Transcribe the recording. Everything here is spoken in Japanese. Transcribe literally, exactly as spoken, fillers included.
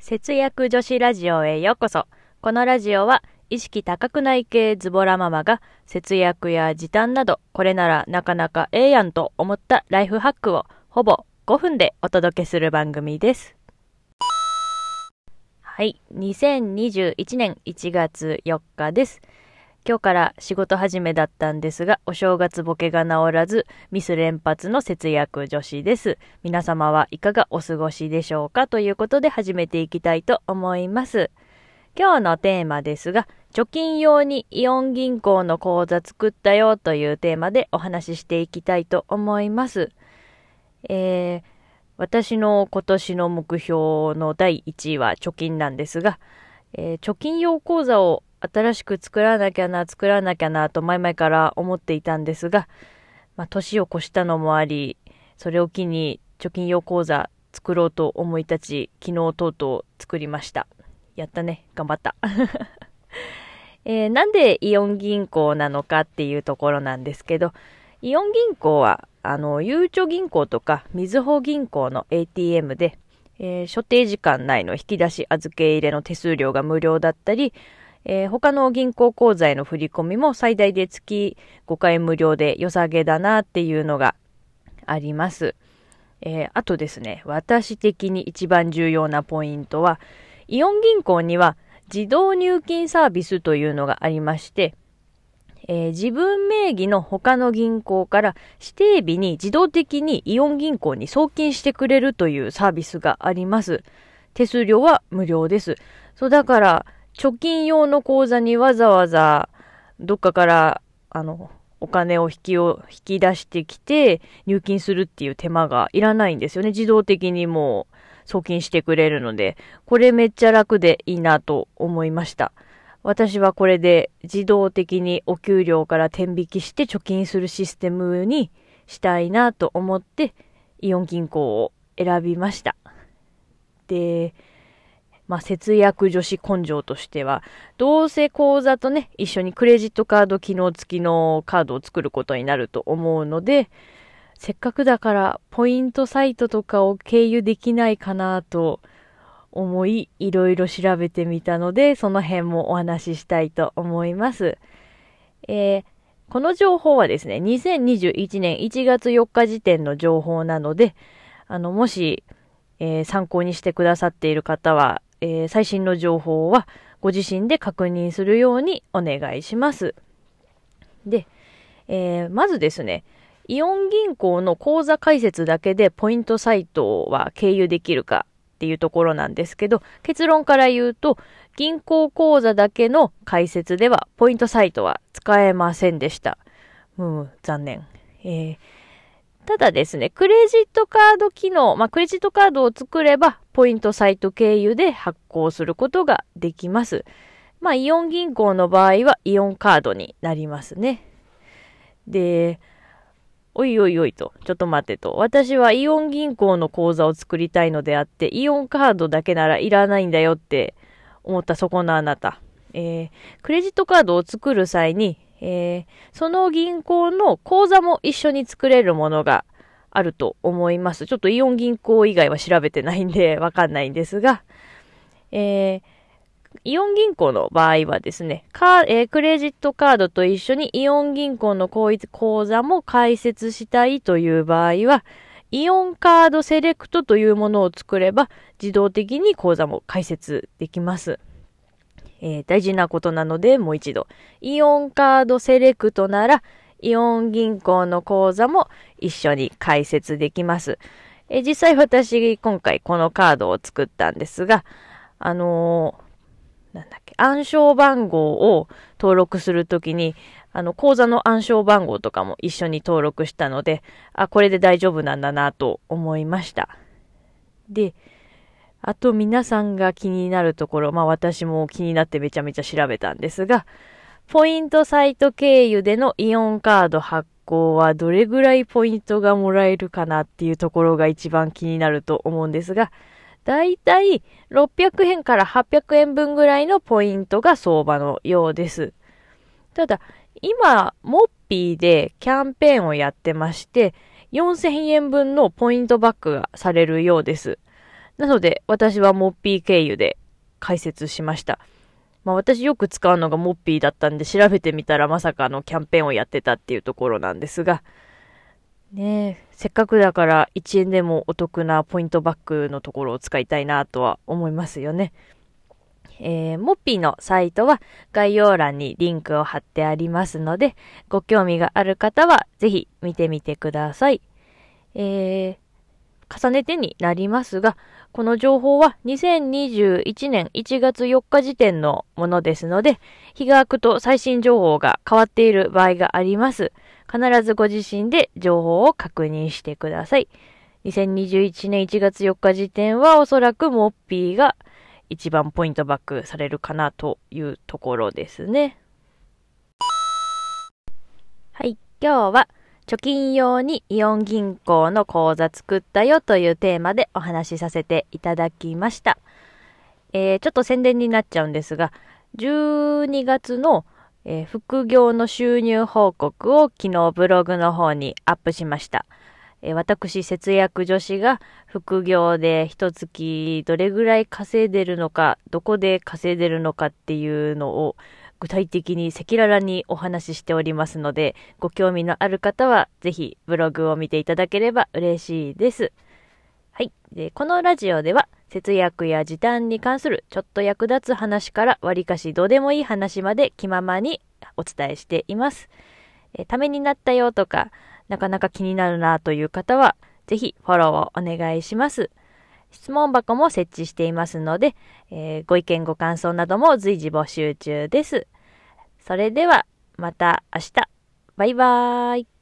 節約女子ラジオへようこそ。このラジオは意識高くない系ズボラママが節約や時短などこれならなかなかええやんと思ったライフハックをほぼごふんでお届けする番組です。はい、にせんにじゅういちねんいちがつよっかです。今日から仕事始めだったんですが、お正月ボケが治らず、ミス連発の節約女子です。皆様はいかがお過ごしでしょうかということで始めていきたいと思います。今日のテーマですが、貯金用にイオン銀行の口座作ったよというテーマでお話ししていきたいと思います。えー、私の今年の目標のだいいちいは貯金なんですが、えー、貯金用口座を新しく作らなきゃな、作らなきゃなと前々から思っていたんですが、まあ、年を越したのもあり、それを機に貯金用口座作ろうと思い立ち、昨日とうとう作りました。やったね。頑張った。えー、なんでイオン銀行なのかっていうところなんですけど、イオン銀行は、あの、ゆうちょ銀行とか、みずほ銀行の エーティーエム で、えー、所定時間内の引き出し預け入れの手数料が無料だったり、えー、他の銀行口座への振り込みも最大で月ごかい無料で良さげだなっていうのがあります。えー、あとですね、私的に一番重要なポイントは、イオン銀行には自動入金サービスというのがありまして、えー、自分名義の他の銀行から指定日に自動的にイオン銀行に送金してくれるというサービスがあります。手数料は無料です。そうだから貯金用の口座にわざわざどっかからあのお金を引きを引き出してきて入金するっていう手間がいらないんですよね。自動的にもう送金してくれるので、これめっちゃ楽でいいなと思いました。私はこれで自動的にお給料から天引きして貯金するシステムにしたいなと思ってイオン銀行を選びました。で、まあ、節約女子根性としては、どうせ口座とね、一緒にクレジットカード機能付きのカードを作ることになると思うので、せっかくだからポイントサイトとかを経由できないかなと思い、いろいろ調べてみたので、その辺もお話ししたいと思います。えー、この情報はですね、にせんにじゅういちねんいちがつよっか時点の情報なので、あの、もし、えー、参考にしてくださっている方は、えー、最新の情報はご自身で確認するようにお願いします。で、えー、まずですね、イオン銀行の口座開設だけでポイントサイトは経由できるかっていうところなんですけど、結論から言うと、銀行口座だけの開設ではポイントサイトは使えませんでした。うん、残念。えーただですね、クレジットカード機能、まあ、クレジットカードを作れば、ポイントサイト経由で発行することができます。まあ、イオン銀行の場合は、イオンカードになりますね。で、おいおいおいと、ちょっと待ってと。私はイオン銀行の口座を作りたいのであって、イオンカードだけならいらないんだよって思ったそこのあなた。えー、クレジットカードを作る際に、えー、その銀行の口座も一緒に作れるものがあると思います。ちょっとイオン銀行以外は調べてないんでわかんないんですが、えー、イオン銀行の場合はですね、カー、えー、クレジットカードと一緒にイオン銀行の口座も開設したいという場合は、イオンカードセレクトというものを作れば自動的に口座も開設できます。えー、大事なことなのでもう一度。イオンカードセレクトなら、イオン銀行の口座も一緒に開設できます。えー、実際私今回このカードを作ったんですが、あのー、なんだっけ、暗証番号を登録するときに、あの、口座の暗証番号とかも一緒に登録したので、あ、これで大丈夫なんだなと思いました。で、あと皆さんが気になるところ、まあ私も気になってめちゃめちゃ調べたんですが、ポイントサイト経由でのイオンカード発行はどれぐらいポイントがもらえるかなっていうところが一番気になると思うんですが、だいたいろっぴゃくえんからはっぴゃくえんぶんぐらいのポイントが相場のようです。ただ、今、モッピーでキャンペーンをやってまして、よんせんえんぶんのポイントバックがされるようです。 なので、私はモッピー経由で解説しました。まあ私よく使うのがモッピーだったんで、調べてみたらまさかのキャンペーンをやってたっていうところなんですが、ねえ、せっかくだからいちえんでもお得なポイントバックのところを使いたいなとは思いますよね。えー、モッピーのサイトは概要欄にリンクを貼ってありますので、ご興味がある方はぜひ見てみてください。えー、重ねてになりますが、この情報はにせんにじゅういちねんいちがつよっか時点のものですので、日が空くと最新情報が変わっている場合があります。必ずご自身で情報を確認してください。にせんにじゅういちねんいちがつよっか時点はおそらくモッピーが一番ポイントバックされるかなというところですね。はい、今日は貯金用にイオン銀行の口座作ったよというテーマでお話しさせていただきました。えー、ちょっと宣伝になっちゃうんですが、じゅうにがつの、えー、副業の収入報告を昨日ブログの方にアップしました。えー、私、節約女子が副業で一月どれぐらい稼いでるのか、どこで稼いでるのかっていうのを具体的に赤裸々にお話ししておりますので、ご興味のある方はぜひブログを見ていただければ嬉しいです。はい。で、このラジオでは節約や時短に関するちょっと役立つ話からわりかしどうでもいい話まで気ままにお伝えしています。えー、ためになったよとか、なかなか気になるなという方は、ぜひフォローをお願いします。質問箱も設置していますので、えー、ご意見ご感想なども随時募集中です。それではまた明日。バイバーイ。